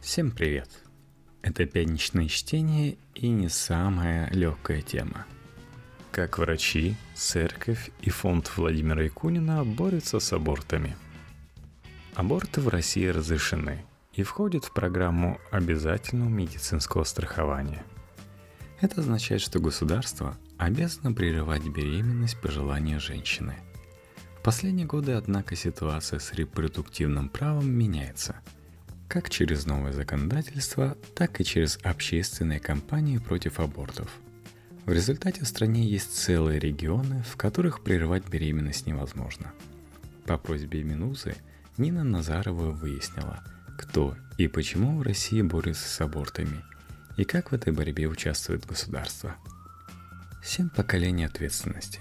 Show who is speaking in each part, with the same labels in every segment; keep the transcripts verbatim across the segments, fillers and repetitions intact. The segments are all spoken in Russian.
Speaker 1: Всем привет! Это пятничное чтение и не самая легкая тема. Как врачи, церковь и фонд Владимира Якунина борются с абортами. Аборты в России разрешены и входят в программу обязательного медицинского страхования. Это означает, что государство обязано прерывать беременность по желанию женщины. В последние годы, однако, ситуация с репродуктивным правом меняется – как через новое законодательство, так и через общественные кампании против абортов. В результате в стране есть целые регионы, в которых прерывать беременность невозможно. По просьбе Минузы Нина Назарова выяснила, кто и почему в России борется с абортами, и как в этой борьбе участвует государство. Семь поколений ответственности.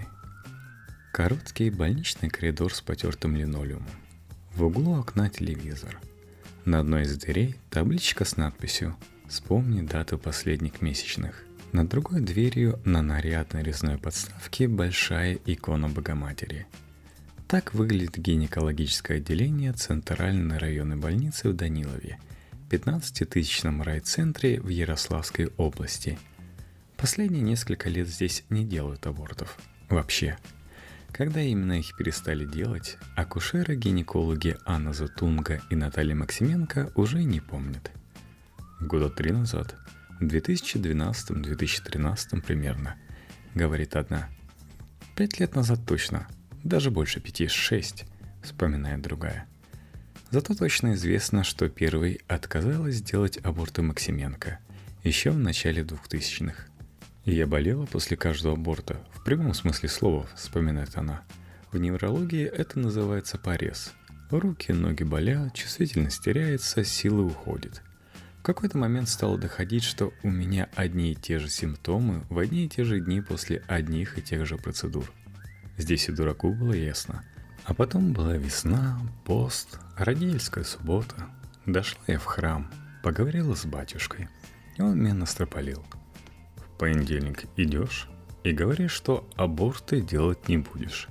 Speaker 1: Короткий больничный коридор с потертым линолеумом. В углу окна телевизор. На одной из дверей табличка с надписью «Вспомни дату последних месячных». Над другой дверью на нарядной резной подставке большая икона Богоматери. Так выглядит гинекологическое отделение Центральной районной больницы в Данилове, пятнадцатитысячном райцентре в Ярославской области. Последние несколько лет здесь не делают абортов. Вообще. Когда именно их перестали делать, акушеры-гинекологи Анна Зутунга и Наталья Максименко уже не помнят. Года три назад, в две тысячи двенадцатом - две тысячи тринадцатом примерно, говорит одна. Пять лет назад точно, даже больше пяти, шесть, вспоминает другая. Зато точно известно, что первой отказалась делать аборты Максименко еще в начале двухтысячных. «Я болела после каждого аборта, в прямом смысле слова», — вспоминает она. В неврологии это называется порез. Руки, ноги болят, чувствительность теряется, силы уходят. В какой-то момент стало доходить, что у меня одни и те же симптомы в одни и те же дни после одних и тех же процедур. Здесь и дураку было ясно. А потом была весна, пост, родительская суббота. Дошла я в храм, поговорила с батюшкой, и он меня настропалил. В понедельник идешь и говоришь, что аборты делать не будешь.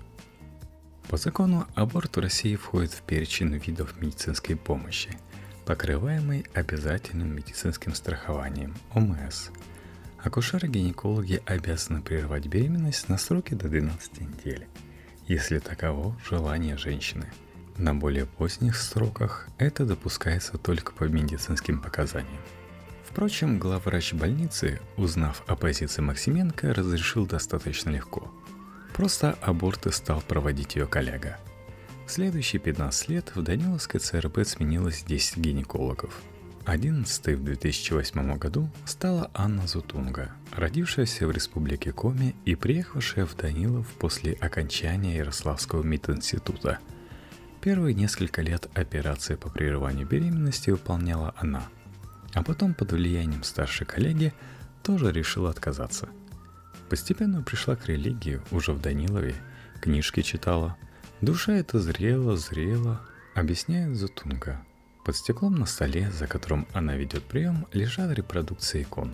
Speaker 1: По закону аборт в России входит в перечень видов медицинской помощи, покрываемый обязательным медицинским страхованием о эм эс. Акушеры-гинекологи обязаны прервать беременность на сроки до двенадцати недель, если таково желание женщины. На более поздних сроках это допускается только по медицинским показаниям. Впрочем, главврач больницы, узнав о позиции Максименко, разрешил достаточно легко. Просто аборты стал проводить ее коллега. В следующие пятнадцать лет в Даниловской цэ эр бэ сменилось десять гинекологов. Одиннадцатой в две тысячи восьмом году стала Анна Зутунга, родившаяся в республике Коми и приехавшая в Данилов после окончания Ярославского мединститута. Первые несколько лет операции по прерыванию беременности выполняла она. А потом под влиянием старшей коллеги тоже решила отказаться. Постепенно пришла к религии уже в Данилове, книжки читала. Душа эта зрела, зрела, объясняет Зутунга. Под стеклом на столе, за которым она ведет прием, лежат репродукции икон.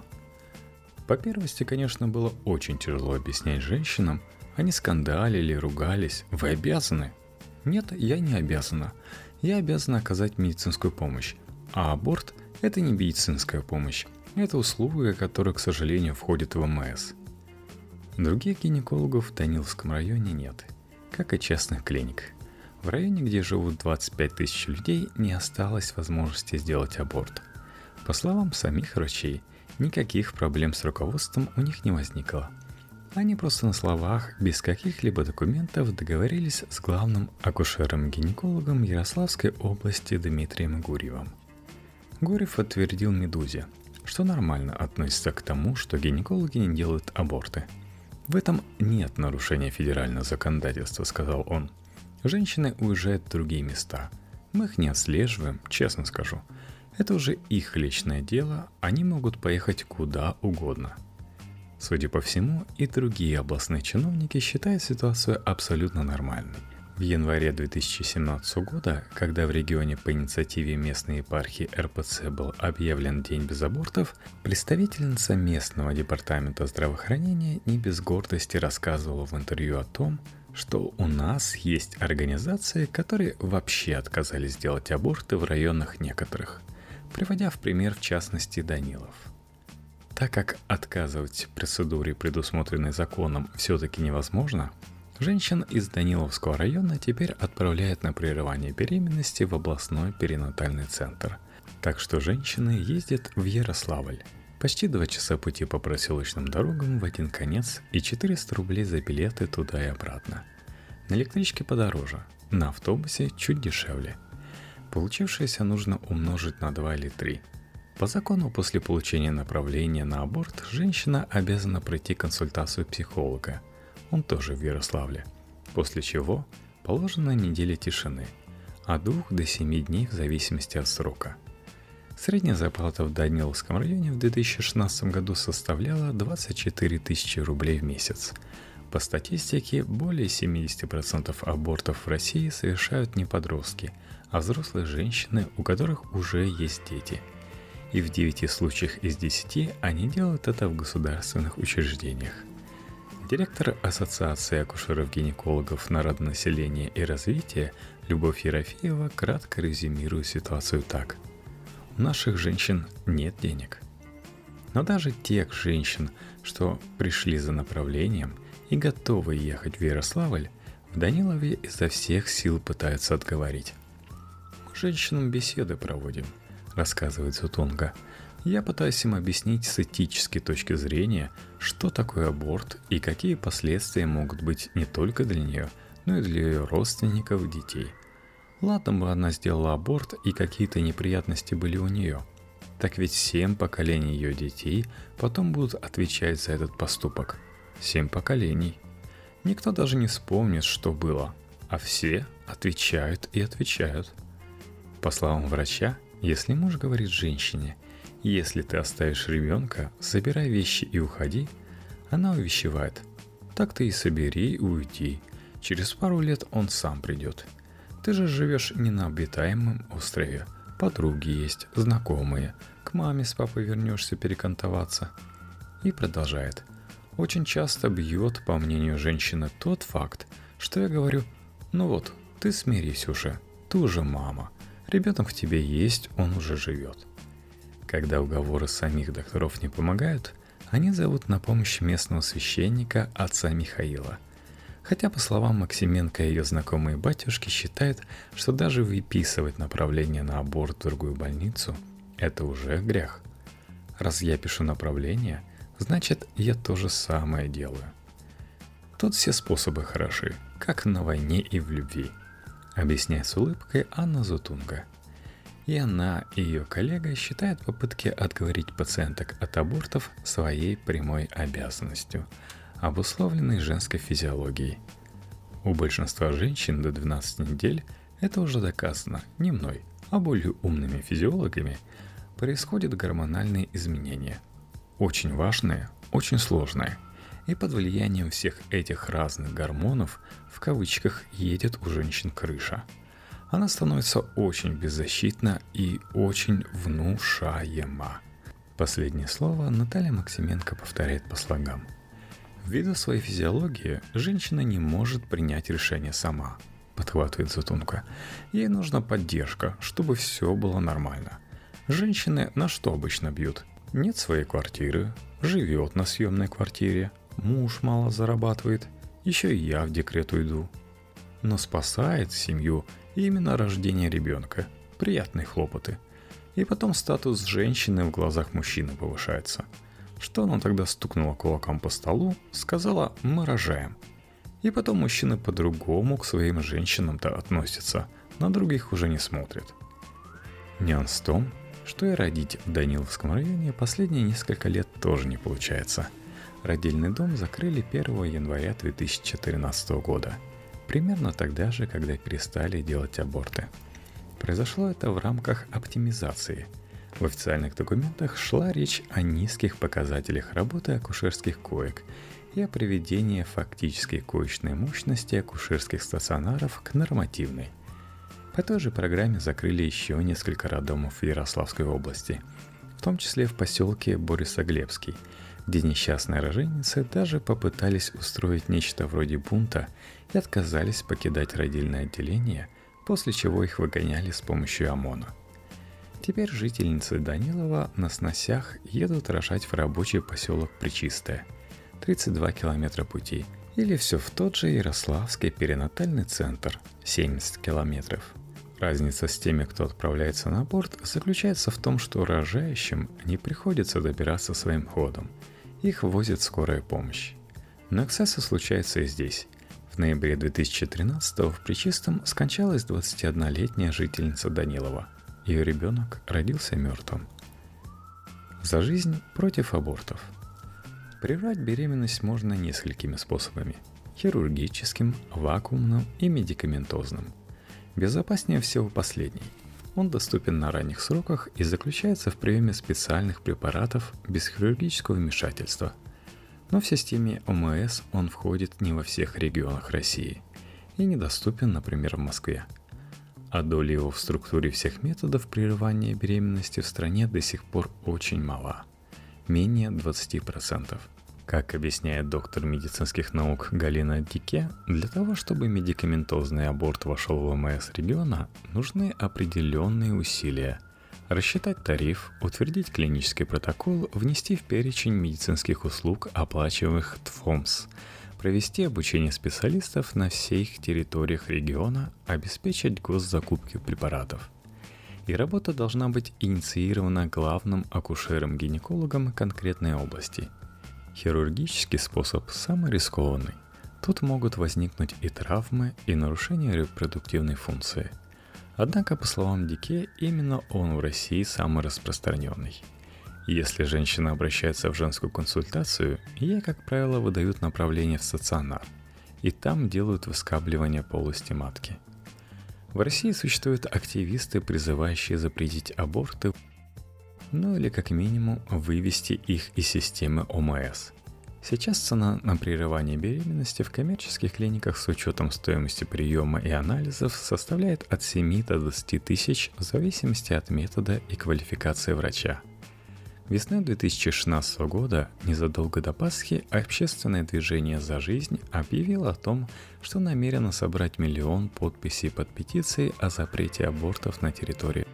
Speaker 1: По первости, конечно, было очень тяжело объяснять женщинам. Они скандалили, ругались. Вы обязаны? Нет, я не обязана. Я обязана оказать медицинскую помощь. А аборт – это не медицинская помощь, это услуга, которая, к сожалению, входит в эм эс. Других гинекологов в Даниловском районе нет, как и частных клиник. В районе, где живут двадцать пять тысяч людей, не осталось возможности сделать аборт. По словам самих врачей, никаких проблем с руководством у них не возникло. Они просто на словах, без каких-либо документов, договорились с главным акушером-гинекологом Ярославской области Дмитрием Гурьевым. Гурьев подтвердил «Медузе», что нормально относится к тому, что гинекологи не делают аборты. «В этом нет нарушения федерального законодательства», — сказал он. «Женщины уезжают в другие места. Мы их не отслеживаем, честно скажу. Это уже их личное дело, они могут поехать куда угодно». Судя по всему, и другие областные чиновники считают ситуацию абсолютно нормальной. В январе две тысячи семнадцатого года, когда в регионе по инициативе местной епархии эр пэ цэ был объявлен День без абортов, представительница местного департамента здравоохранения не без гордости рассказывала в интервью о том, что у нас есть организации, которые вообще отказались делать аборты в районах некоторых. приводя в пример в частности Данилов. Так как отказывать в процедуре, предусмотренной законом, все-таки невозможно, женщин из Даниловского района теперь отправляют на прерывание беременности в областной перинатальный центр. Так что женщины ездят в Ярославль. Почти два часа пути по проселочным дорогам в один конец и четыреста рублей за билеты туда и обратно. На электричке подороже, на автобусе чуть дешевле. Получившееся нужно умножить на два или три. По закону, после получения направления на аборт, женщина обязана пройти консультацию психолога. Он тоже в Ярославле. После чего положена неделя тишины, от двух до семи дней в зависимости от срока. Средняя зарплата в Даниловском районе в две тысячи шестнадцатом году составляла двадцать четыре тысячи рублей в месяц. По статистике, более семьдесят процентов абортов в России совершают не подростки, а взрослые женщины, у которых уже есть дети. И в девяти случаях из десяти они делают это в государственных учреждениях. Директор Ассоциации акушеров-гинекологов народонаселения и развития Любовь Ерофеева кратко резюмирует ситуацию так. У наших женщин нет денег. Но даже тех женщин, что пришли за направлением и готовы ехать в Ярославль, в Данилове изо всех сил пытаются отговорить. Мы женщинам беседы проводим, рассказывает Зутунга. Я пытаюсь им объяснить с этической точки зрения, что такое аборт и какие последствия могут быть не только для нее, но и для ее родственников, детей. Ладно бы она сделала аборт и какие-то неприятности были у нее. Так ведь семь поколений ее детей потом будут отвечать за этот поступок. Семь поколений. Никто даже не вспомнит, что было, а все отвечают и отвечают. По словам врача, если муж говорит женщине: «Если ты оставишь ребенка, собирай вещи и уходи», она увещевает: «Так ты и собери и уйди. Через пару лет он сам придет. Ты же живешь не на обитаемом острове. Подруги есть, знакомые. К маме с папой вернешься перекантоваться». И продолжает. Очень часто бьет, по мнению женщины, тот факт, что я говорю: «Ну вот, ты смирись уже, ты уже мама. Ребенок в тебе есть, он уже живет». Когда уговоры самих докторов не помогают, они зовут на помощь местного священника отца Михаила. Хотя, по словам Максименко, ее знакомые батюшки считают, что даже выписывать направление на аборт в другую больницу – это уже грех. Раз я пишу направление, значит, я то же самое делаю. Тут все способы хороши, как на войне и в любви, объясняет с улыбкой Анна Зутунга. И она, и ее коллега считают попытки отговорить пациенток от абортов своей прямой обязанностью, обусловленной женской физиологией. У большинства женщин до двенадцати недель, это уже доказано не мной, а более умными физиологами, происходят гормональные изменения. Очень важные, очень сложные. И под влиянием всех этих разных гормонов, в кавычках, едет у женщин крыша. Она становится очень беззащитна и очень внушаема. Последнее слово Наталья Максименко повторяет по слогам. Ввиду своей физиологии, женщина не может принять решение сама, подхватывает Зутунга. Ей нужна поддержка, чтобы все было нормально. Женщины на что обычно бьют? Нет своей квартиры, живет на съемной квартире, муж мало зарабатывает, еще и я в декрет уйду. Но спасает семью именно рождение ребенка, приятные хлопоты. И потом статус женщины в глазах мужчины повышается. Что она тогда стукнула кулаком по столу, сказала: «Мы рожаем». И потом мужчины по-другому к своим женщинам-то относятся, на других уже не смотрят. Нюанс в том, что и родить в Даниловском районе последние несколько лет тоже не получается. Родильный дом закрыли первого января две тысячи четырнадцатого года, примерно тогда же, когда перестали делать аборты. Произошло это в рамках оптимизации. В официальных документах шла речь о низких показателях работы акушерских коек и о приведении фактической коечной мощности акушерских стационаров к нормативной. По той же программе закрыли еще несколько роддомов в Ярославской области, в том числе в поселке Борисоглебский, где несчастные роженицы даже попытались устроить нечто вроде бунта и отказались покидать родильное отделение, после чего их выгоняли с помощью ОМОНа. Теперь жительницы Данилова на сносях едут рожать в рабочий поселок Пречистое, тридцать два километра пути, или все в тот же Ярославский перинатальный центр, семьдесят километров. Разница с теми, кто отправляется на борт, заключается в том, что рожающим не приходится добираться своим ходом. Их возит скорая помощь. Но эксцессы случаются и здесь. В ноябре две тысячи тринадцатого в Пречистом скончалась двадцатиоднолетняя жительница Данилова. Ее ребенок родился мертвым. За жизнь против абортов. Прервать беременность можно несколькими способами: хирургическим, вакуумным и медикаментозным. Безопаснее всего последний. Он доступен на ранних сроках и заключается в приеме специальных препаратов без хирургического вмешательства. Но в системе ОМС он входит не во всех регионах России и недоступен, например, в Москве. А доля его в структуре всех методов прерывания беременности в стране до сих пор очень мала – менее двадцать процентов. Как объясняет доктор медицинских наук Галина Дике, для того, чтобы медикаментозный аборт вошел в ОМС региона, нужны определенные усилия. Рассчитать тариф, утвердить клинический протокол, внести в перечень медицинских услуг, оплачиваемых ТФОМС, провести обучение специалистов на всех территориях региона, обеспечить госзакупки препаратов. И работа должна быть инициирована главным акушером-гинекологом конкретной области. Хирургический способ самый рискованный. Тут могут возникнуть и травмы, и нарушения репродуктивной функции. Однако, по словам Дике, именно он в России самый распространенный. Если женщина обращается в женскую консультацию, ей, как правило, выдают направление в стационар, и там делают выскабливание полости матки. В России существуют активисты, призывающие запретить аборты, ну или как минимум вывести их из системы ОМС. Сейчас цена на прерывание беременности в коммерческих клиниках с учетом стоимости приема и анализов составляет от семи до двадцати тысяч в зависимости от метода и квалификации врача. Весной две тысячи шестнадцатого года, незадолго до Пасхи, общественное движение «За жизнь» объявило о том, что намерено собрать миллион подписей под петицией о запрете абортов на территории.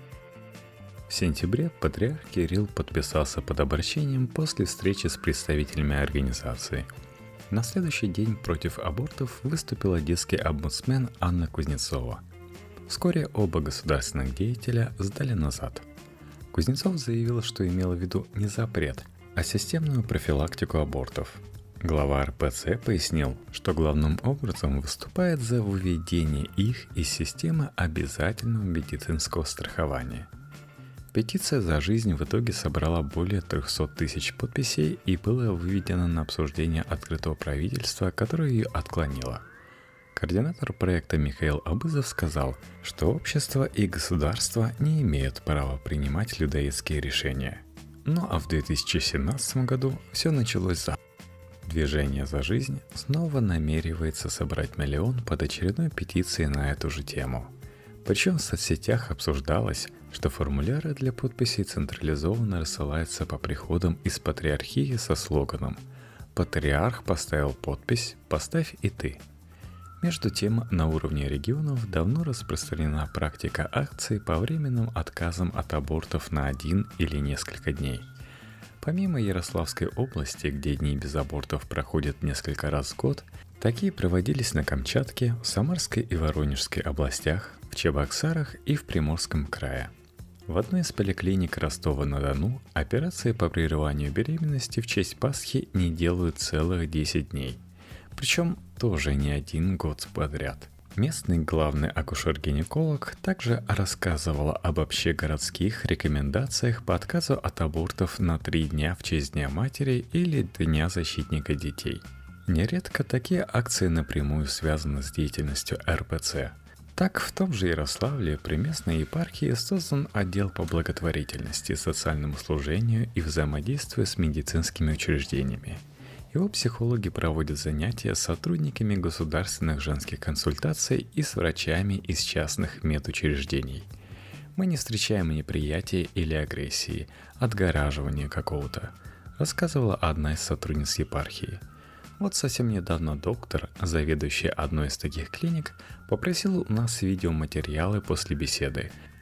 Speaker 1: В сентябре патриарх Кирилл подписался под обращением после встречи с представителями организации. На следующий день против абортов выступила детский омбудсмен Анна Кузнецова. Вскоре оба государственных деятеля сдали назад. Кузнецов заявил, что имел в виду не запрет, а системную профилактику абортов. Глава эр пэ цэ пояснил, что главным образом выступает за выведение их из системы обязательного медицинского страхования. Петиция «За жизнь» в итоге собрала более трехсот тысяч подписей и была выведена на обсуждение открытого правительства, которое ее отклонило. Координатор проекта Михаил Абызов сказал, что общество и государство не имеют права принимать людоедские решения. Ну а в две тысячи семнадцатом году все началось за. Движение «За жизнь» снова намеревается собрать миллион под очередной петицией на эту же тему. Причем в соцсетях обсуждалось, что формуляры для подписей централизованно рассылаются по приходам из патриархии со слоганом «Патриарх поставил подпись, поставь и ты». Между тем, на уровне регионов давно распространена практика акций по временным отказам от абортов на один или несколько дней. Помимо Ярославской области, где дни без абортов проходят несколько раз в год, такие проводились на Камчатке, в Самарской и Воронежской областях, в Чебоксарах и в Приморском крае. В одной из поликлиник Ростова-на-Дону операции по прерыванию беременности в честь Пасхи не делают целых десять дней. Причем тоже не один год подряд. Местный главный акушер-гинеколог также рассказывал об общегородских рекомендациях по отказу от абортов на три дня в честь Дня матери или Дня защитника детей. Нередко такие акции напрямую связаны с деятельностью эр пэ цэ. Так, в том же Ярославле при местной епархии создан отдел по благотворительности, социальному служению и взаимодействию с медицинскими учреждениями. Его психологи проводят занятия с сотрудниками государственных женских консультаций и с врачами из частных медучреждений. Мы не встречаем неприятия или агрессии, отгораживания какого-то, рассказывала одна из сотрудниц епархии. Вот совсем недавно доктор, заведующий одной из таких клиник, попросил у нас видеоматериалы после беседы,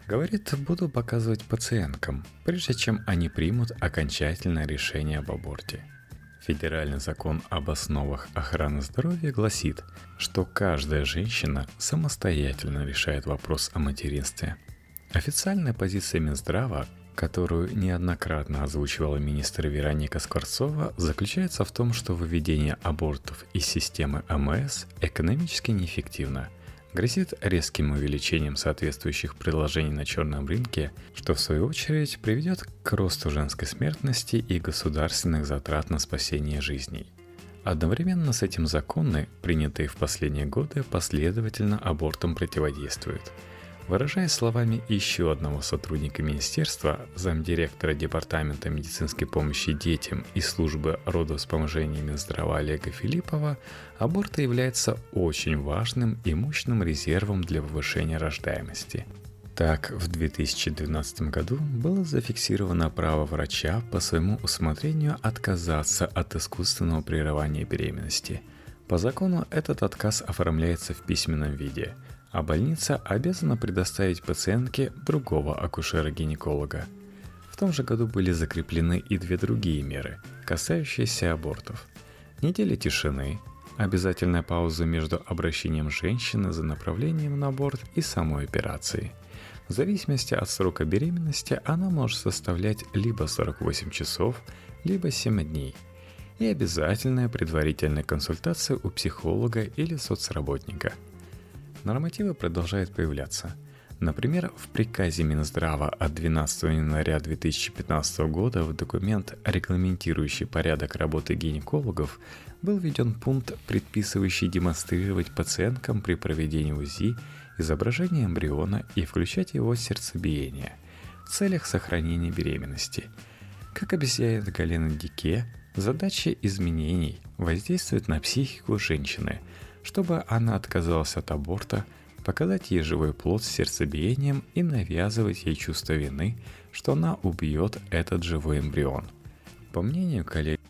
Speaker 1: Говорит, буду показывать пациенткам, прежде чем они примут окончательное решение об аборте. Федеральный закон об основах охраны здоровья гласит, что каждая женщина самостоятельно решает вопрос о материнстве. Официальная позиция Минздрава, которую неоднократно озвучивала министр Вероника Скворцова, заключается в том, что выведение абортов из системы О М С экономически неэффективно, грозит резким увеличением соответствующих предложений на черном рынке, что в свою очередь приведет к росту женской смертности и государственных затрат на спасение жизней. Одновременно с этим законы, принятые в последние годы, последовательно абортам противодействуют. Выражаясь словами еще одного сотрудника министерства, замдиректора Департамента медицинской помощи детям и службы родовспоможения Минздрава Олега Филиппова, аборты являются очень важным и мощным резервом для повышения рождаемости. Так, в две тысячи двенадцатом году было зафиксировано право врача по своему усмотрению отказаться от искусственного прерывания беременности. По закону этот отказ оформляется в письменном виде, а больница обязана предоставить пациентке другого акушера-гинеколога. В том же году были закреплены и две другие меры, касающиеся абортов. Неделя тишины, обязательная пауза между обращением женщины за направлением на аборт и самой операцией. В зависимости от срока беременности она может составлять либо сорок восемь часов, либо семь дней. И обязательная предварительная консультация у психолога или соцработника. Нормативы продолжают появляться. Например, в приказе Минздрава от двенадцатого января две тысячи пятнадцатого года в документ, регламентирующий порядок работы гинекологов, был введен пункт, предписывающий демонстрировать пациенткам при проведении УЗИ изображение эмбриона и включать его сердцебиение в целях сохранения беременности. Как объясняет Галина Дике, задача изменений воздействует на психику женщины, чтобы она отказалась от аборта, показать ей живой плод с сердцебиением и навязывать ей чувство вины, что она убьет этот живой эмбрион. По мнению коллеги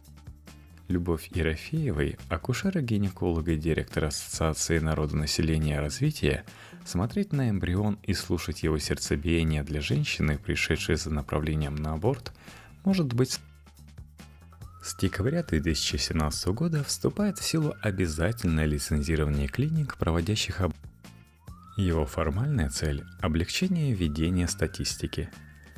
Speaker 1: Любовь Ерофеевой, акушера-гинеколога и директора Ассоциации народонаселения и развития, смотреть на эмбрион и слушать его сердцебиение для женщины, пришедшей за направлением на аборт, может быть. С декабря две тысячи семнадцатого года вступает в силу обязательное лицензирование клиник, проводящих аборт. Его формальная цель – облегчение ведения статистики.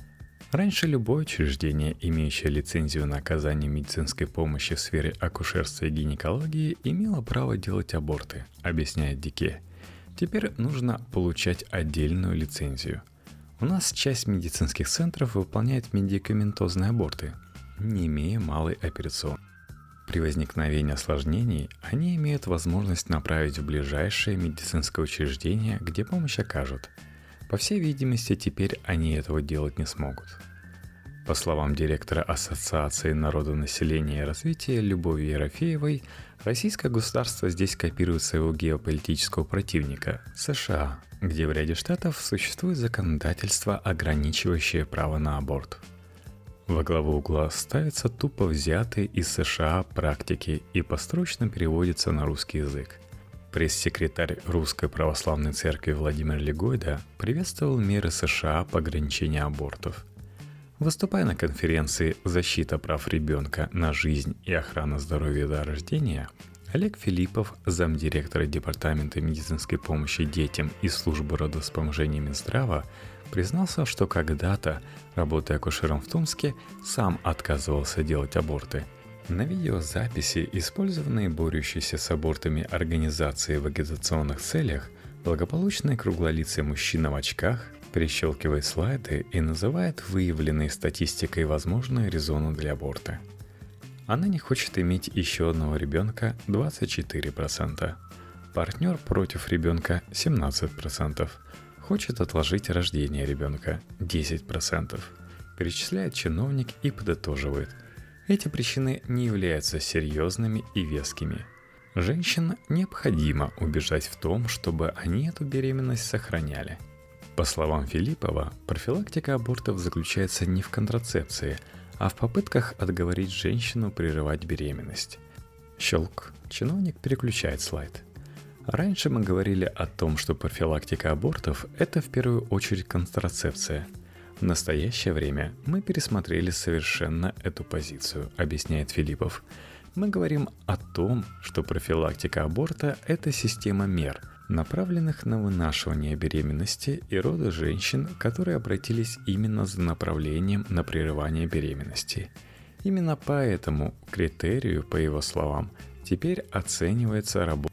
Speaker 1: Раньше любое учреждение, имеющее лицензию на оказание медицинской помощи в сфере акушерства и гинекологии, имело право делать аборты, объясняет Дике. Теперь нужно получать отдельную лицензию. У нас часть медицинских центров выполняет медикаментозные аборты, не имея малой операционной. При возникновении осложнений они имеют возможность направить в ближайшее медицинское учреждение, где помощь окажут. По всей видимости, теперь они этого делать не смогут. По словам директора Ассоциации народонаселения и развития Любови Ерофеевой, российское государство здесь копирует своего геополитического противника – США, где в ряде штатов существует законодательство, ограничивающее право на аборт. Во главу угла ставятся тупо взятые из США практики и построчно переводятся на русский язык. Пресс-секретарь Русской Православной Церкви Владимир Легойда приветствовал меры США по ограничению абортов. Выступая на конференции «Защита прав ребенка на жизнь и охрана здоровья до рождения», Олег Филиппов, замдиректора Департамента медицинской помощи детям и службы родовспоможения Минздрава, признался, что когда-то, работая акушером в Томске, сам отказывался делать аборты. На видеозаписи, использованные борющиеся с абортами организации в агитационных целях, благополучный круглолицый мужчина в очках перещелкивает слайды и называет выявленные статистикой возможные резоны для аборта. Она не хочет иметь еще одного ребенка – двадцать четыре процента. Партнер против ребенка – семнадцать процентов. Хочет отложить рождение ребенка – десять процентов. Перечисляет чиновник и подытоживает. Эти причины не являются серьезными и вескими. Женщин необходимо убеждать в том, чтобы они эту беременность сохраняли. По словам Филиппова, профилактика абортов заключается не в контрацепции, а в попытках отговорить женщину прерывать беременность. Щелк. Чиновник переключает слайд. Раньше мы говорили о том, что профилактика абортов – это в первую очередь контрацепция. В настоящее время мы пересмотрели совершенно эту позицию, объясняет Филиппов. Мы говорим о том, что профилактика аборта – это система мер, направленных на вынашивание беременности и рода женщин, которые обратились именно за направлением на прерывание беременности. Именно по этому критерию, по его словам, теперь оценивается работа.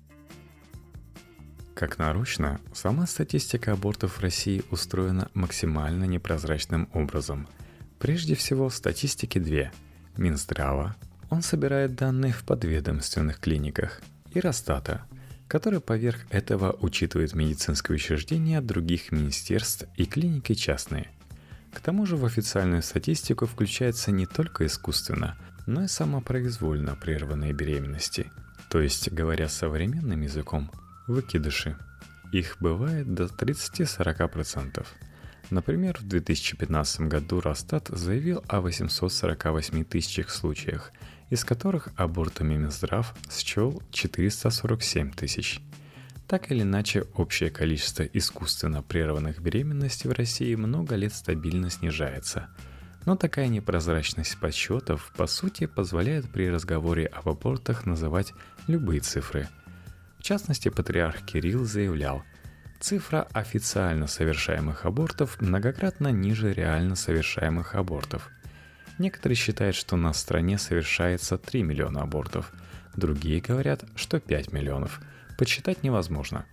Speaker 1: Как нарочно, сама статистика абортов в России устроена максимально непрозрачным образом. Прежде всего, статистики две. Минздрава, он собирает данные в подведомственных клиниках, и Росстата, который поверх этого учитывает медицинские учреждения других министерств и клиники частные. К тому же в официальную статистику включается не только искусственно, но и самопроизвольно прерванные беременности, то есть, говоря современным языком, выкидыши. Их бывает до тридцать-сорок процентов. Например, в две тысячи пятнадцатом году Росстат заявил о восемьсот сорок восемь тысячах случаях, из которых абортами Минздрав счел четыреста сорок семь тысяч. Так или иначе, общее количество искусственно прерванных беременностей в России много лет стабильно снижается. Но такая непрозрачность подсчетов, по сути, позволяет при разговоре об абортах называть любые цифры. В частности, патриарх Кирилл заявлял: цифра официально совершаемых абортов многократно ниже реально совершаемых абортов. Некоторые считают, что на стране совершается три миллиона абортов, другие говорят, что пять миллионов. Подсчитать невозможно.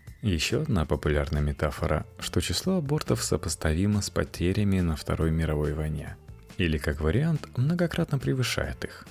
Speaker 1: Еще одна популярная метафора, что число абортов сопоставимо с потерями на Второй мировой войне. Или, как вариант, многократно превышает их.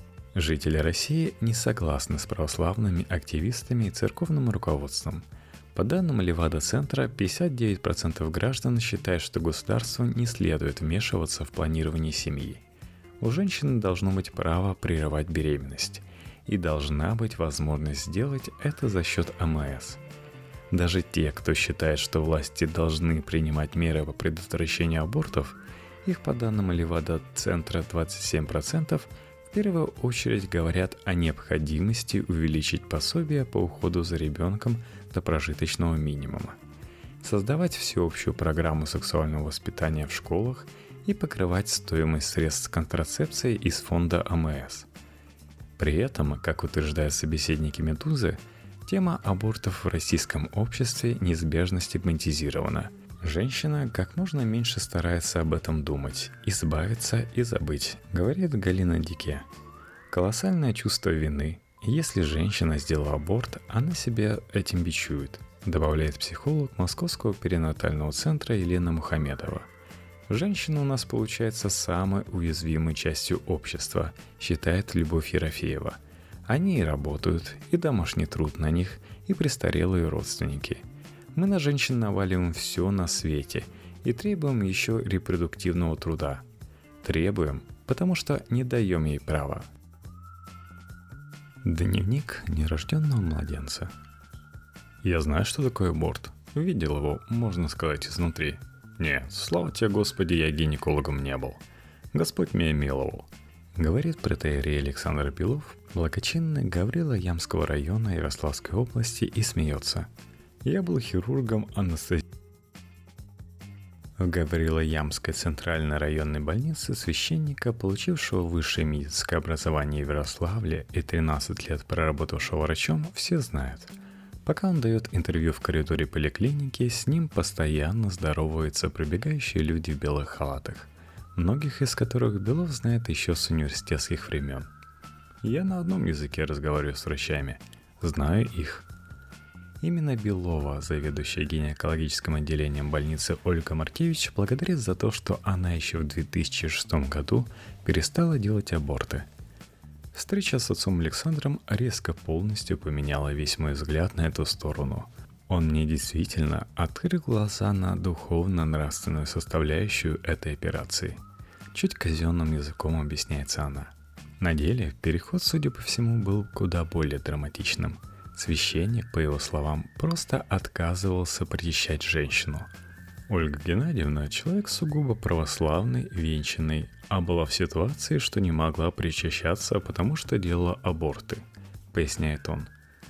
Speaker 1: Жители России не согласны с православными активистами и церковным руководством. По данным Левада-центра, пятьдесят девять процентов граждан считают, что государству не следует вмешиваться в планирование семьи. У женщины должно быть право прерывать беременность. И должна быть возможность сделать это за счет А М С. Даже те, кто считает, что власти должны принимать меры по предотвращению абортов, их по данным Левада-центра двадцать семь процентов, в первую очередь говорят о необходимости увеличить пособие по уходу за ребенком до прожиточного минимума, создавать всеобщую программу сексуального воспитания в школах и покрывать стоимость средств контрацепции из фонда А М С. При этом, как утверждают собеседники «Медузы», тема абортов в российском обществе неизбежно стигматизирована. Женщина как можно меньше старается об этом думать, избавиться и забыть, говорит Галина Дике. Колоссальное чувство вины. Если женщина сделала аборт, она себя этим бичует, добавляет психолог Московского перинатального центра Елена Мухамедова. Женщина у нас получается самой уязвимой частью общества, считает Любовь Ерофеева. Они и работают, и домашний труд на них, и престарелые родственники. Мы на женщин наваливаем все на свете и требуем еще репродуктивного труда. Требуем, потому что не даем ей права. Дневник нерожденного младенца. Я знаю, что такое аборт. Видел его, можно сказать, изнутри. Нет, слава тебе, Господи, я гинекологом не был. Господь меня миловал. Говорит протоиерей Александр Белов, благочинный Гаврила Ямского района Ярославской области, и смеется. Я был хирургом анестезии. В Гаврило-Ямской центральной районной больнице священника, получившего высшее медицинское образование в Ярославле и тринадцать лет проработавшего врачом, все знают. Пока он дает интервью в коридоре поликлиники, с ним постоянно здороваются пробегающие люди в белых халатах, многих из которых Белов знает еще с университетских времен. Я на одном языке разговариваю с врачами, знаю их. Именно Белова, заведующая гинекологическим отделением больницы Ольга Маркевич, благодарит за то, что она еще в две тысячи шестом году перестала делать аборты. Встреча с отцом Александром резко полностью поменяла весь мой взгляд на эту сторону. Он мне действительно открыл глаза на духовно-нравственную составляющую этой операции. Чуть казенным языком объясняется она. На деле переход, судя по всему, был куда более драматичным. Священник, по его словам, просто отказывался причащать женщину. Ольга Геннадьевна – человек сугубо православный, венчанный, а была в ситуации, что не могла причащаться, потому что делала аборты, поясняет он.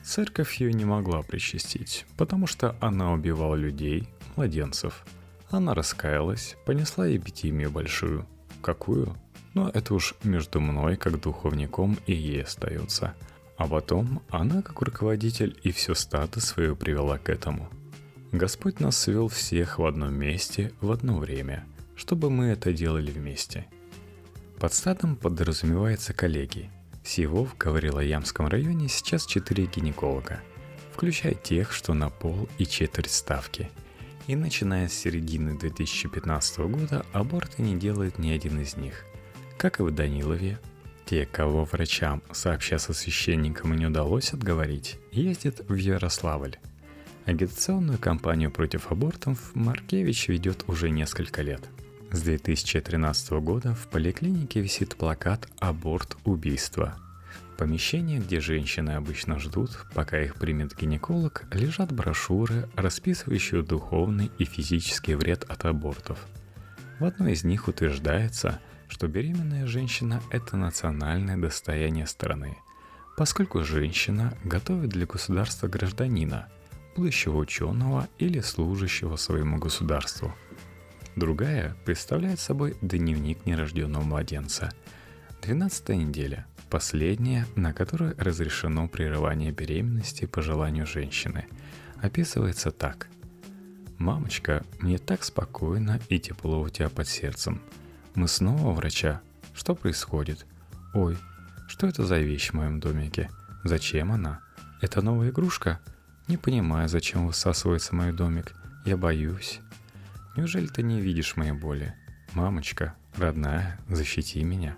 Speaker 1: Церковь ее не могла причастить, потому что она убивала людей, младенцев. Она раскаялась, понесла эпитимию большую. Какую? Но это уж между мной, как духовником, и ей остается. А потом она, как руководитель, и все стадо свое привела к этому. Господь нас свел всех в одном месте в одно время, чтобы мы это делали вместе. Под стадом подразумевается коллеги. Всего в Гаврило-Ямском районе сейчас четыре гинеколога, включая тех, что на пол и четверть ставки. И начиная с середины две тысячи пятнадцатого года аборты не делает ни один из них. Как и в Данилове, те, кого врачам, сообща со священником, не удалось отговорить, ездят в Ярославль. Агитационную кампанию против абортов Маркевич ведет уже несколько лет. С две тысячи тринадцатого года в поликлинике висит плакат «Аборт – убийство». В помещении, где женщины обычно ждут, пока их примет гинеколог, лежат брошюры, расписывающие духовный и физический вред от абортов. В одной из них утверждается, что беременная женщина – это национальное достояние страны, поскольку женщина готовит для государства гражданина, будущего ученого или служащего своему государству. Другая представляет собой дневник нерожденного младенца. двенадцатая неделя, последняя, на которой разрешено прерывание беременности по желанию женщины, описывается так. «Мамочка, мне так спокойно и тепло у тебя под сердцем. Мы снова у врача. Что происходит? Ой, что это за вещь в моем домике? Зачем она? Это новая игрушка? Не понимаю, зачем высасывается мой домик. Я боюсь. Неужели ты не видишь моей боли? Мамочка, родная, защити меня».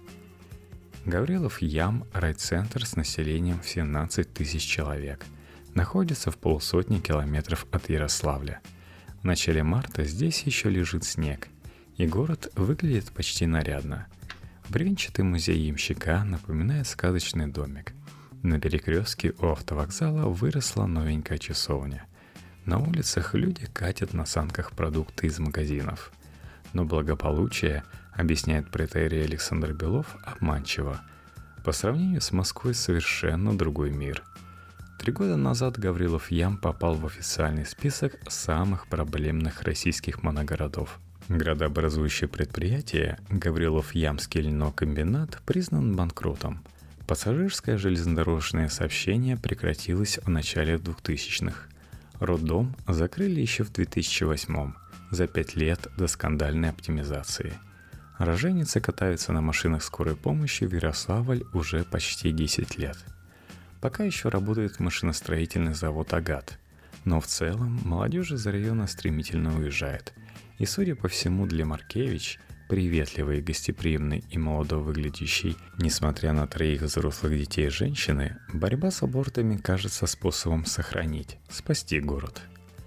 Speaker 1: Гаврилов Ям – райцентр с населением в семнадцать тысяч человек. Находится в полсотни километров от Ярославля. В начале марта здесь еще лежит снег, и город выглядит почти нарядно. Бревенчатый музей ямщика напоминает сказочный домик. На перекрестке у автовокзала выросла новенькая часовня. На улицах люди катят на санках продукты из магазинов. Но благополучие, объясняет претерий Александр Белов, обманчиво. По сравнению с Москвой совершенно другой мир. Три года назад Гаврилов Ям попал в официальный список самых проблемных российских моногородов. Градообразующее предприятие Гаврилов-Ямский льнокомбинат признан банкротом. Пассажирское железнодорожное сообщение прекратилось в начале двухтысячных. Роддом закрыли еще в две тысячи восьмом, за пять лет до скандальной оптимизации. Роженицы катаются на машинах скорой помощи в Ярославль уже почти десять лет. Пока еще работает машиностроительный завод «Агат», но в целом молодежь из района стремительно уезжает. И, судя по всему, для Маркевич, приветливой, гостеприимной и молодо выглядящей, несмотря на троих взрослых детей женщины, борьба с абортами кажется способом сохранить, спасти город.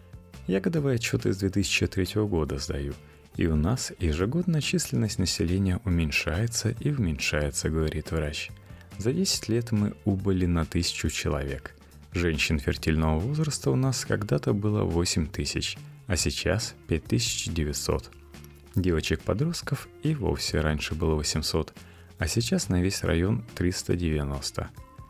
Speaker 1: Я годовой отчет из две тысячи третьего года сдаю, и у нас ежегодно численность населения уменьшается и уменьшается, говорит врач. За десять лет мы убыли на тысячу человек. Женщин фертильного возраста у нас когда-то было восемь тысяч, а сейчас пять тысяч девятьсот. Девочек-подростков и вовсе раньше было восемьсот, а сейчас на весь район триста девяносто.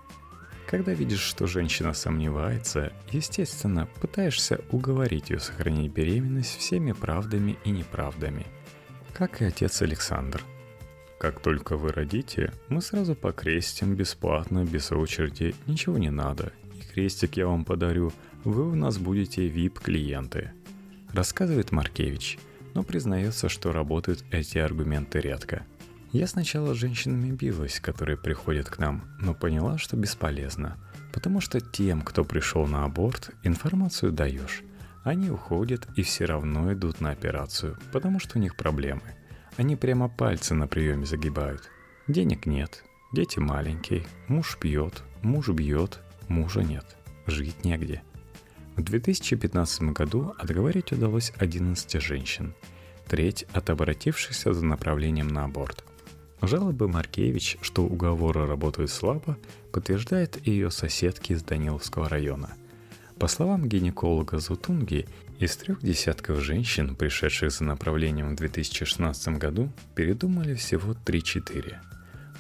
Speaker 1: Когда видишь, что женщина сомневается, естественно, пытаешься уговорить ее сохранить беременность всеми правдами и неправдами. Как и отец Александр. Как только вы родите, мы сразу покрестим бесплатно, без очереди, ничего не надо. И крестик я вам подарю, вы у нас будете ви ай пи-клиенты. Рассказывает Маркевич, но признается, что работают эти аргументы редко. Я сначала с женщинами билась, которые приходят к нам, но поняла, что бесполезно. Потому что тем, кто пришел на аборт, информацию даешь. Они уходят и все равно идут на операцию, потому что у них проблемы. Они прямо пальцы на приеме загибают. Денег нет, дети маленькие, муж пьет, муж бьет, мужа нет, жить негде. В две тысячи пятнадцатом году отговорить удалось одиннадцать женщин, треть от обратившихся за направлением на аборт. Жалобы Маркевич, что уговоры работают слабо, подтверждает и ее соседки из Даниловского района. По словам гинеколога Зутунги, из трех десятков женщин, пришедших за направлением в две тысячи шестнадцатом году, передумали всего три-четыре.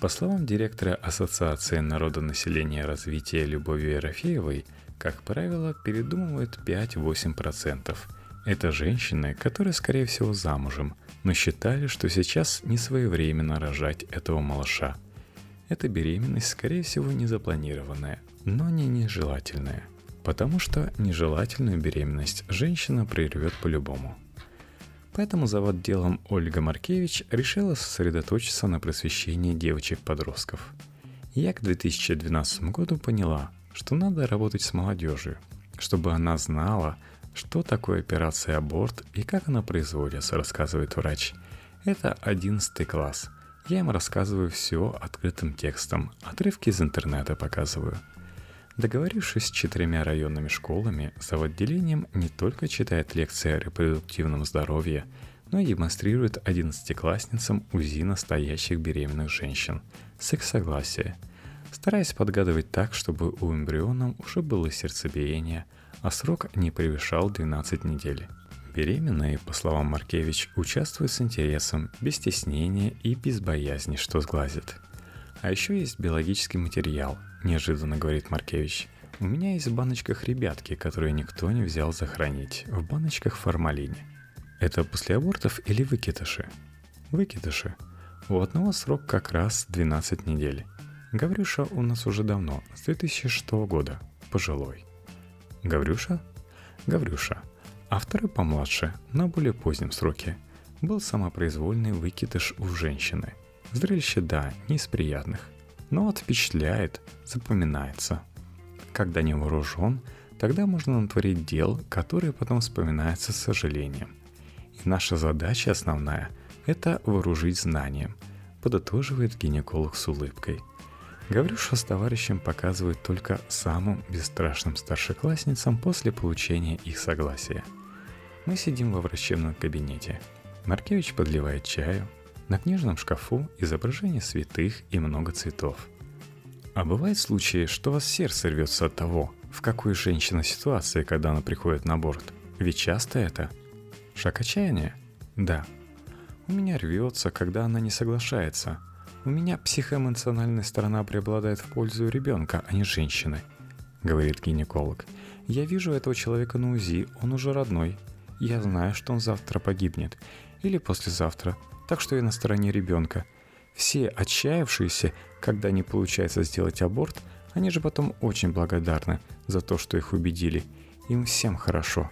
Speaker 1: По словам директора Ассоциации народонаселения развития Любови Ерофеевой, как правило, передумывают пять-восемь процентов. Это женщины, которые, скорее всего, замужем, но считали, что сейчас не своевременно рожать этого малыша. Эта беременность, скорее всего, незапланированная, но не нежелательная, потому что нежелательную беременность женщина прервет по-любому. Поэтому заводделом Ольга Маркевич решила сосредоточиться на просвещении девочек-подростков. Я к две тысячи двенадцатому году поняла, что надо работать с молодежью, чтобы она знала, что такое операция аборт и как она производится, рассказывает врач. Это одиннадцатый класс. Я им рассказываю все открытым текстом, отрывки из интернета показываю. Договорившись с четырьмя районными школами, заводделением не только читает лекции о репродуктивном здоровье, но и демонстрирует одиннадцатиклассницам УЗИ настоящих беременных женщин с их согласия, стараясь подгадывать так, чтобы у эмбриона уже было сердцебиение, а срок не превышал двенадцать недель. Беременные, по словам Маркевич, участвуют с интересом, без стеснения и без боязни, что сглазят. А еще есть биологический материал, неожиданно говорит Маркевич. У меня есть в баночках ребятки, которые никто не взял захоронить, в баночках в формалине. Это после абортов или выкидыши? Выкидыши. У одного срок как раз двенадцать недель. Гаврюша у нас уже давно, с две тысячи шестого года, пожилой. Гаврюша? Гаврюша. А второй помладше, на более позднем сроке. Был самопроизвольный выкидыш у женщины. Зрелище, да, не из приятных, но вот впечатляет, запоминается. Когда не вооружен, тогда можно натворить дел, которые потом вспоминаются с сожалением. И наша задача основная – это вооружить знанием, подытоживает гинеколог с улыбкой. Гаврюша с товарищем показывает только самым бесстрашным старшеклассницам после получения их согласия. Мы сидим во врачебном кабинете. Маркевич подливает чаю. На книжном шкафу изображение святых и много цветов. А бывают случаи, что у вас сердце рвется от того, в какой женщина ситуации, когда она приходит на аборт? Ведь часто это. Шаг отчаяния? Да. У меня рвется, когда она не соглашается. У меня психоэмоциональная сторона преобладает в пользу ребенка, а не женщины, говорит гинеколог. Я вижу этого человека на УЗИ, он уже родной. Я знаю, что он завтра погибнет. Или послезавтра. Так что я на стороне ребенка. Все отчаявшиеся, когда не получается сделать аборт, они же потом очень благодарны за то, что их убедили. Им всем хорошо.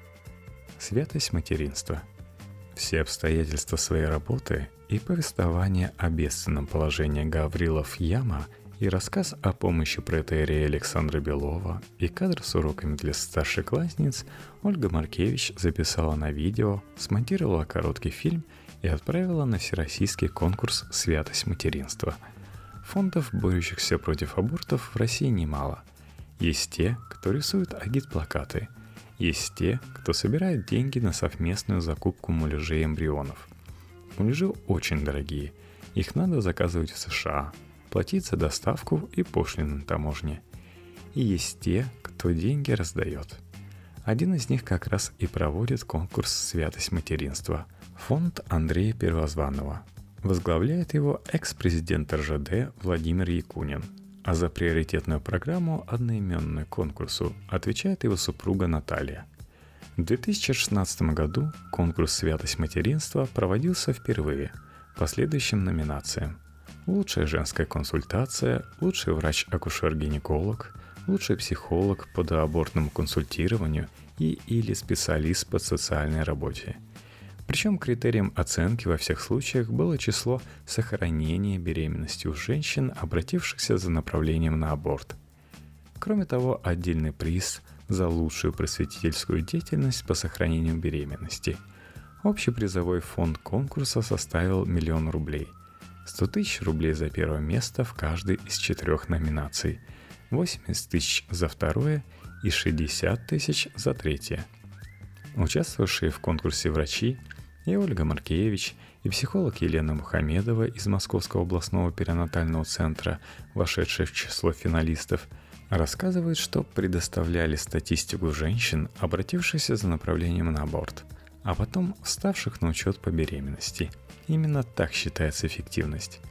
Speaker 1: Святость материнства. Все обстоятельства своей работы и повествование о бедственном положении Гаврилов Яма и рассказ о помощи протоиерея Александра Белова и кадр с уроками для старшеклассниц Ольга Маркевич записала на видео, смонтировала короткий фильм и отправила на всероссийский конкурс «Святость материнства». Фондов, борющихся против абортов, в России немало. Есть те, кто рисует агит-плакаты. Есть те, кто собирает деньги на совместную закупку муляжей эмбрионов. Муляжи очень дорогие. Их надо заказывать в США, платить за доставку и пошлины на таможне. И есть те, кто деньги раздает. Один из них как раз и проводит конкурс «Святость материнства» – фонд Андрея Первозванного. Возглавляет его экс-президент эр жэ дэ Владимир Якунин, а за приоритетную программу, одноименную конкурсу, отвечает его супруга Наталья. В две тысячи шестнадцатом году конкурс «Святость материнства» проводился впервые по следующим номинациям: лучшая женская консультация, лучший врач-акушер-гинеколог, лучший психолог по доабортному консультированию и или специалист по социальной работе. Причем критерием оценки во всех случаях было число сохранения беременности у женщин, обратившихся за направлением на аборт. Кроме того, отдельный приз за лучшую просветительскую деятельность по сохранению беременности. Общий призовой фонд конкурса составил миллион рублей. сто тысяч рублей за первое место в каждой из четырех номинаций, восемьдесят тысяч за второе и шестьдесят тысяч за третье. Участвовавшие в конкурсе врачи и Ольга Маркевич, и психолог Елена Мухамедова из Московского областного перинатального центра, вошедшая в число финалистов, рассказывают, что предоставляли статистику женщин, обратившихся за направлением на аборт, а потом вставших на учет по беременности. Именно так считается эффективность.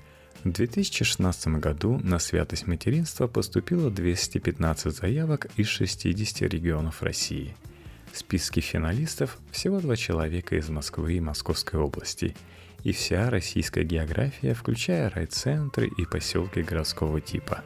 Speaker 1: В две тысячи шестнадцатом году на святость материнства поступило двести пятнадцать заявок из шестидесяти регионов России. В списке финалистов всего два человека из Москвы и Московской области, и вся российская география, включая райцентры и поселки городского типа.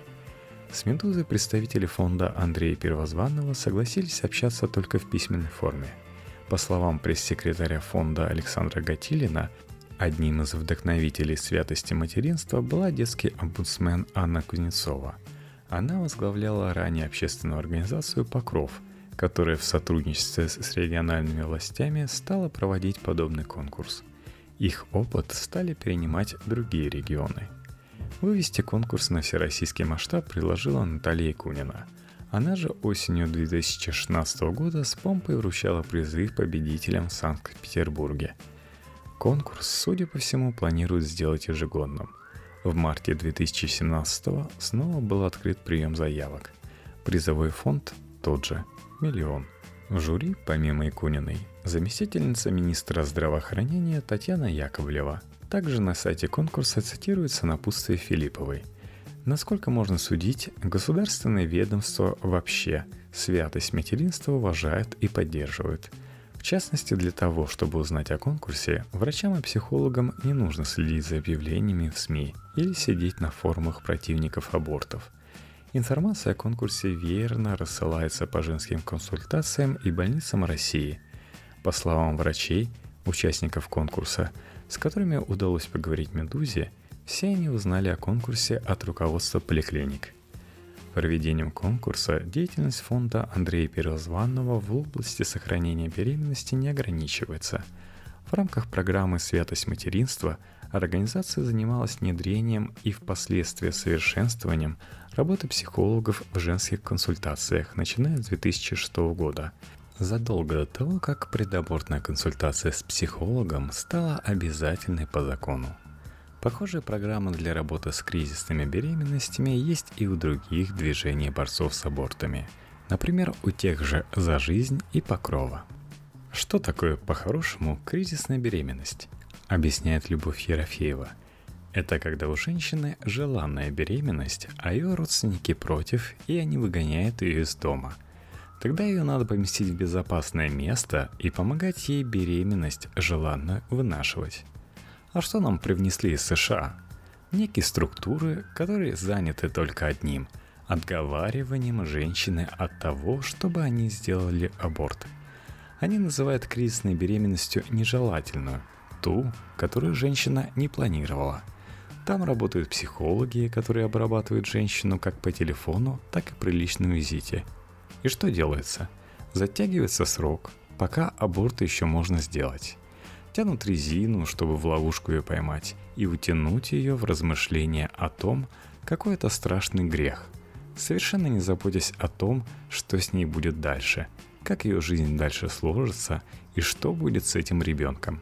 Speaker 1: С «Медузой» представители фонда Андрея Первозванного согласились общаться только в письменной форме. По словам пресс-секретаря фонда Александра Гатилина, одним из вдохновителей святости материнства была детский омбудсмен Анна Кузнецова. Она возглавляла ранее общественную организацию «Покров», которая в сотрудничестве с региональными властями стала проводить подобный конкурс. Их опыт стали перенимать другие регионы. Вывести конкурс на всероссийский масштаб предложила Наталья Якунина. Она же осенью две тысячи шестнадцатого года с помпой вручала призы победителям в Санкт-Петербурге. Конкурс, судя по всему, планируют сделать ежегодным. В марте две тысячи семнадцатого снова был открыт прием заявок. Призовой фонд тот же – миллион. В жюри, помимо Якуниной, заместительница министра здравоохранения Татьяна Яковлева. Также на сайте конкурса цитируется напутствие Филипповой. Насколько можно судить, государственные ведомства вообще святость материнства уважают и поддерживают. В частности, для того, чтобы узнать о конкурсе, врачам и психологам не нужно следить за объявлениями в СМИ или сидеть на форумах противников абортов. Информация о конкурсе веерно рассылается по женским консультациям и больницам России. По словам врачей, участников конкурса, с которыми удалось поговорить «Медузе», все они узнали о конкурсе от руководства поликлиник. Проведением конкурса деятельность фонда Андрея Первозванного в области сохранения беременности не ограничивается. В рамках программы «Святость материнства» организация занималась внедрением и впоследствии совершенствованием работы психологов в женских консультациях, начиная с две тысячи шестого года, задолго до того, как предабортная консультация с психологом стала обязательной по закону. Похожая программа для работы с кризисными беременностями есть и у других движений борцов с абортами. Например, у тех же «За жизнь» и «Покрова». Что такое, по-хорошему, кризисная беременность? Объясняет Любовь Ерофеева. Это когда у женщины желанная беременность, а ее родственники против, и они выгоняют ее из дома. Тогда ее надо поместить в безопасное место и помогать ей беременность желанно вынашивать. А что нам привнесли из США? Некие структуры, которые заняты только одним – отговариванием женщины от того, чтобы они сделали аборт. Они называют кризисной беременностью нежелательную, ту, которую женщина не планировала. Там работают психологи, которые обрабатывают женщину как по телефону, так и при личном визите. И что делается? Затягивается срок, пока аборт еще можно сделать. Тянут резину, чтобы в ловушку ее поймать, и утянуть ее в размышления о том, какой это страшный грех, совершенно не заботясь о том, что с ней будет дальше, как ее жизнь дальше сложится и что будет с этим ребенком.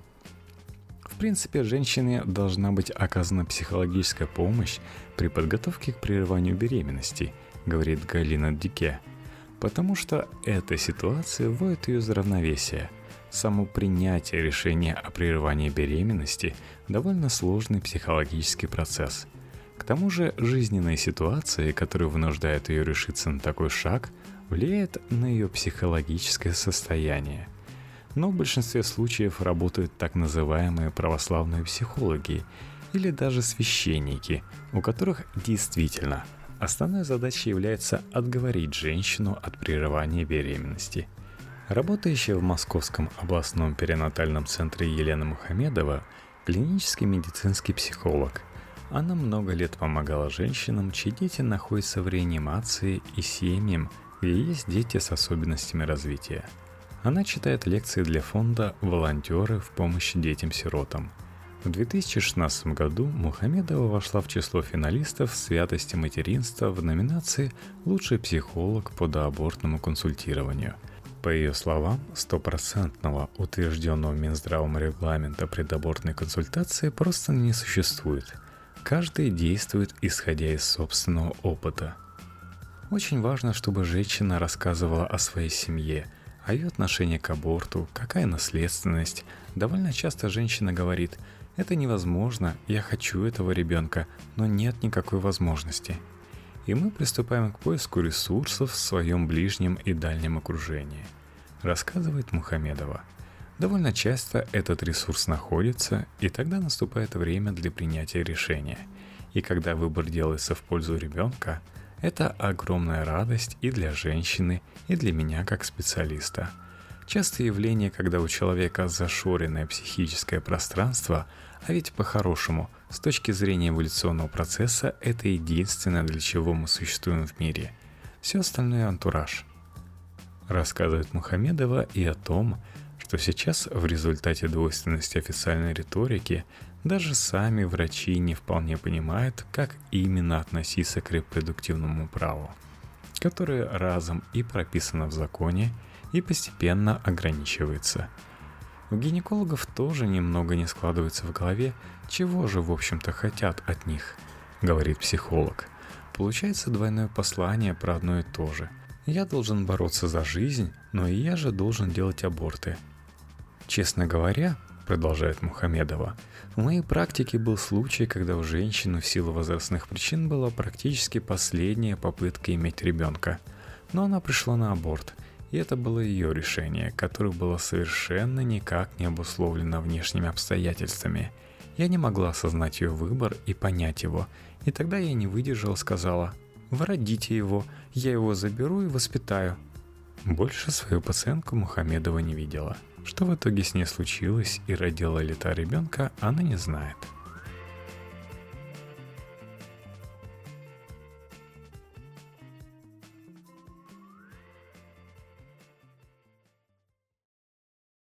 Speaker 1: В принципе, женщине должна быть оказана психологическая помощь при подготовке к прерыванию беременности, говорит Галина Дике, потому что эта ситуация вводит ее из равновесия. Само принятие решения о прерывании беременности – довольно сложный психологический процесс. К тому же жизненные ситуации, которые вынуждают ее решиться на такой шаг, влияют на ее психологическое состояние. Но в большинстве случаев работают так называемые православные психологи или даже священники, у которых действительно основной задачей является отговорить женщину от прерывания беременности. Работающая в Московском областном перинатальном центре Елена Мухамедова – клинический медицинский психолог. Она много лет помогала женщинам, чьи дети находятся в реанимации, и семьям, где есть дети с особенностями развития. Она читает лекции для фонда «Волонтеры в помощь детям-сиротам». В две тысячи шестнадцатом году Мухамедова вошла в число финалистов «Святости материнства» в номинации «Лучший психолог по доабортному консультированию». По ее словам, стопроцентного утвержденного Минздравом регламента предабортной консультации просто не существует. Каждый действует, исходя из собственного опыта. Очень важно, чтобы женщина рассказывала о своей семье, о ее отношении к аборту, какая наследственность. Довольно часто женщина говорит: Это невозможно, я хочу этого ребенка, но нет никакой возможности. И мы приступаем к поиску ресурсов в своем ближнем и дальнем окружении, рассказывает Мухамедова. Довольно часто этот ресурс находится, и тогда наступает время для принятия решения. И когда выбор делается в пользу ребенка, это огромная радость и для женщины, и для меня как специалиста. Частое явление, когда у человека зашоренное психическое пространство, а ведь по-хорошему, с точки зрения эволюционного процесса, это единственное, для чего мы существуем в мире. Все остальное антураж. Рассказывает Мухамедова и о том, что сейчас в результате двойственности официальной риторики даже сами врачи не вполне понимают, как именно относиться к репродуктивному праву, которое разом и прописано в законе, и постепенно ограничивается. У гинекологов тоже немного не складывается в голове, чего же в общем-то хотят от них, говорит психолог. Получается двойное послание про одно и то же. Я должен бороться за жизнь, но и я же должен делать аборты. Честно говоря, продолжает Мухамедова, в моей практике был случай, когда у женщины в силу возрастных причин была практически последняя попытка иметь ребенка, но она пришла на аборт. И это было ее решение, которое было совершенно никак не обусловлено внешними обстоятельствами. Я не могла осознать ее выбор и понять его. И тогда я не выдержала, сказала: «Вы родите его, я его заберу и воспитаю». Больше свою пациентку Мухамедова не видела. Что в итоге с ней случилось и родила ли та ребенка, она не знает.